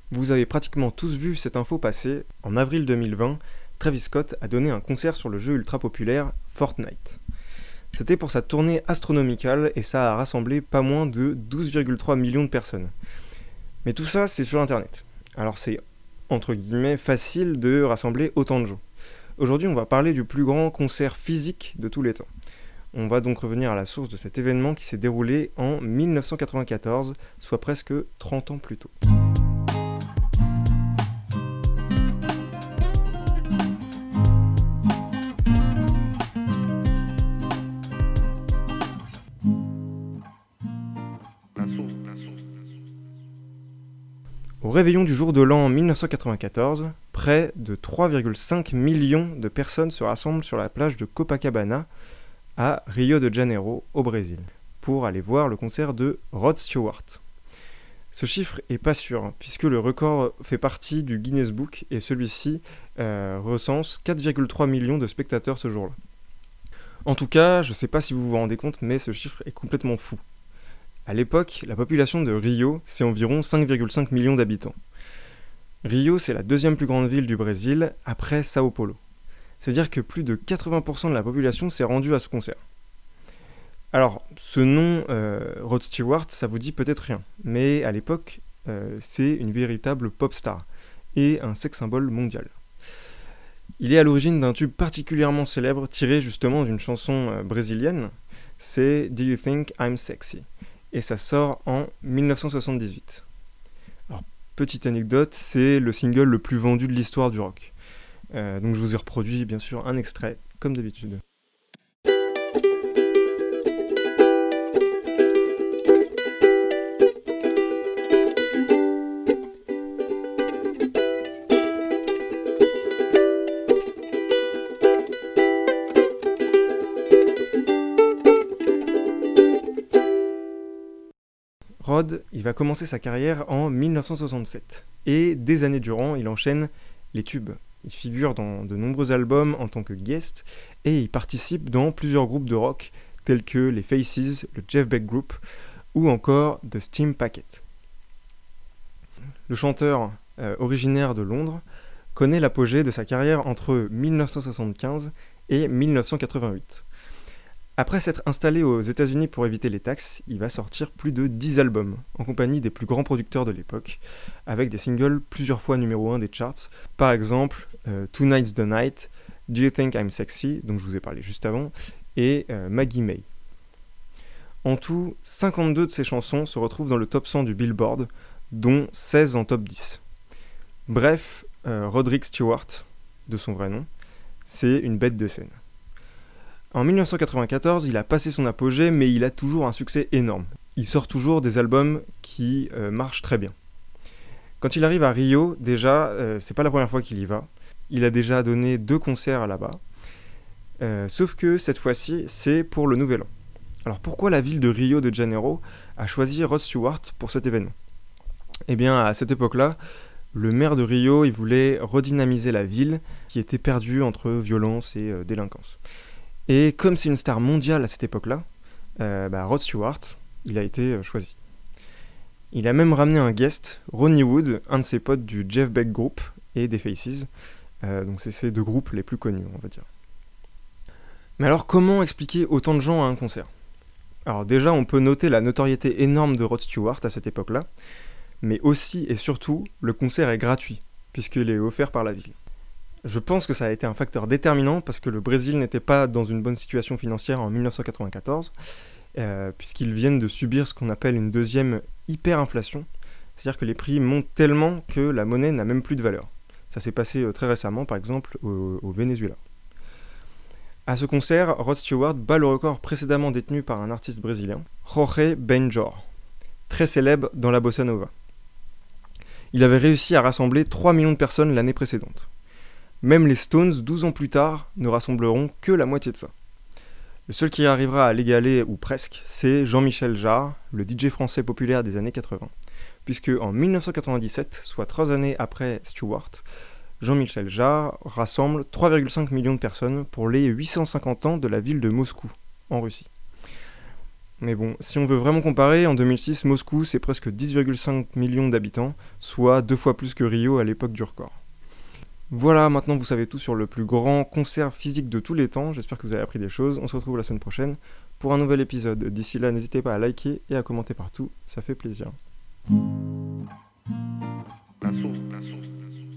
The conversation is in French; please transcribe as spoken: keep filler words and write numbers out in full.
Vous avez pratiquement tous vu cette info passer. En avril deux mille vingt, Travis Scott a donné un concert sur le jeu ultra populaire Fortnite. C'était pour sa tournée astronomicale et ça a rassemblé pas moins de douze virgule trois millions de personnes. Mais tout ça, c'est sur internet. Alors c'est, entre guillemets, facile de rassembler autant de gens. Aujourd'hui, on va parler du plus grand concert physique de tous les temps. On va donc revenir à la source de cet événement qui s'est déroulé en dix-neuf cent quatre-vingt-quatorze, soit presque trente ans plus tôt. Au réveillon du jour de l'an en dix-neuf cent quatre-vingt-quatorze, près de trois virgule cinq millions de personnes se rassemblent sur la plage de Copacabana à Rio de Janeiro, au Brésil, pour aller voir le concert de Rod Stewart. Ce chiffre est pas sûr, hein, puisque le record fait partie du Guinness Book et celui-ci euh, recense quatre virgule trois millions de spectateurs ce jour-là. En tout cas, je sais pas si vous vous rendez compte, mais ce chiffre est complètement fou. À l'époque, la population de Rio, c'est environ cinq virgule cinq millions d'habitants. Rio, c'est la deuxième plus grande ville du Brésil, après Sao Paulo. C'est-à-dire que plus de quatre-vingts pour cent de la population s'est rendue à ce concert. Alors, ce nom, euh, Rod Stewart, ça vous dit peut-être rien, mais à l'époque, euh, c'est une véritable pop star et un sex symbole mondial. Il est à l'origine d'un tube particulièrement célèbre tiré justement d'une chanson euh, brésilienne, c'est Do You Think I'm Sexy ? Et ça sort en dix-neuf cent soixante-dix-huit. Alors, petite anecdote, c'est le single le plus vendu de l'histoire du rock. Euh, donc je vous ai reproduit bien sûr un extrait, comme d'habitude. Rod, il va commencer sa carrière en dix-neuf cent soixante-sept. Et des années durant, il enchaîne les tubes. Il figure dans de nombreux albums en tant que guest et il participe dans plusieurs groupes de rock tels que les Faces, le Jeff Beck Group ou encore The Steam Packet. Le chanteur, euh, originaire de Londres, connaît l'apogée de sa carrière entre dix-neuf cent soixante-quinze et dix-neuf cent quatre-vingt-huit. Après s'être installé aux États-Unis pour éviter les taxes, il va sortir plus de dix albums, en compagnie des plus grands producteurs de l'époque, avec des singles plusieurs fois numéro un des charts, par exemple euh, Tonight's the Night, Do You Think I'm Sexy, dont je vous ai parlé juste avant, et euh, Maggie May. En tout, cinquante-deux de ses chansons se retrouvent dans le top cent du Billboard, dont seize en top dix. Bref, euh, Roderick Stewart, de son vrai nom, c'est une bête de scène. En dix-neuf cent quatre-vingt-quatorze, il a passé son apogée, mais il a toujours un succès énorme. Il sort toujours des albums qui euh, marchent très bien. Quand il arrive à Rio, déjà, euh, c'est pas la première fois qu'il y va. Il a déjà donné deux concerts là-bas. Euh, sauf que cette fois-ci, c'est pour le Nouvel An. Alors pourquoi la ville de Rio de Janeiro a choisi Rod Stewart pour cet événement ? Eh bien, à cette époque-là, le maire de Rio, il voulait redynamiser la ville qui était perdue entre violence et euh, délinquance. Et comme c'est une star mondiale à cette époque-là, euh, bah Rod Stewart, il a été euh, choisi. Il a même ramené un guest, Ronnie Wood, un de ses potes du Jeff Beck Group et des Faces. Euh, donc c'est ces deux groupes les plus connus, on va dire. Mais alors comment expliquer autant de gens à un concert ? Alors déjà, on peut noter la notoriété énorme de Rod Stewart à cette époque-là, mais aussi et surtout, le concert est gratuit, puisqu'il est offert par la ville. Je pense que ça a été un facteur déterminant parce que le Brésil n'était pas dans une bonne situation financière en dix-neuf cent quatre-vingt-quatorze, euh, puisqu'ils viennent de subir ce qu'on appelle une deuxième hyperinflation, c'est-à-dire que les prix montent tellement que la monnaie n'a même plus de valeur. Ça s'est passé euh, très récemment, par exemple, au, au Venezuela. À ce concert, Rod Stewart bat le record précédemment détenu par un artiste brésilien, Jorge Benjor, très célèbre dans la bossa nova. Il avait réussi à rassembler trois millions de personnes l'année précédente. Même les Stones, douze ans plus tard, ne rassembleront que la moitié de ça. Le seul qui arrivera à l'égaler, ou presque, c'est Jean-Michel Jarre, le D J français populaire des années quatre-vingts, puisque en dix-neuf cent quatre-vingt-dix-sept, soit trois années après Stewart, Jean-Michel Jarre rassemble trois virgule cinq millions de personnes pour les huit cent cinquante ans de la ville de Moscou, en Russie. Mais bon, si on veut vraiment comparer, en deux mille six, Moscou, c'est presque dix virgule cinq millions d'habitants, soit deux fois plus que Rio à l'époque du record. Voilà, maintenant vous savez tout sur le plus grand concert physique de tous les temps. J'espère que vous avez appris des choses. On se retrouve la semaine prochaine pour un nouvel épisode. D'ici là, n'hésitez pas à liker et à commenter partout, ça fait plaisir. La source, la source, la source.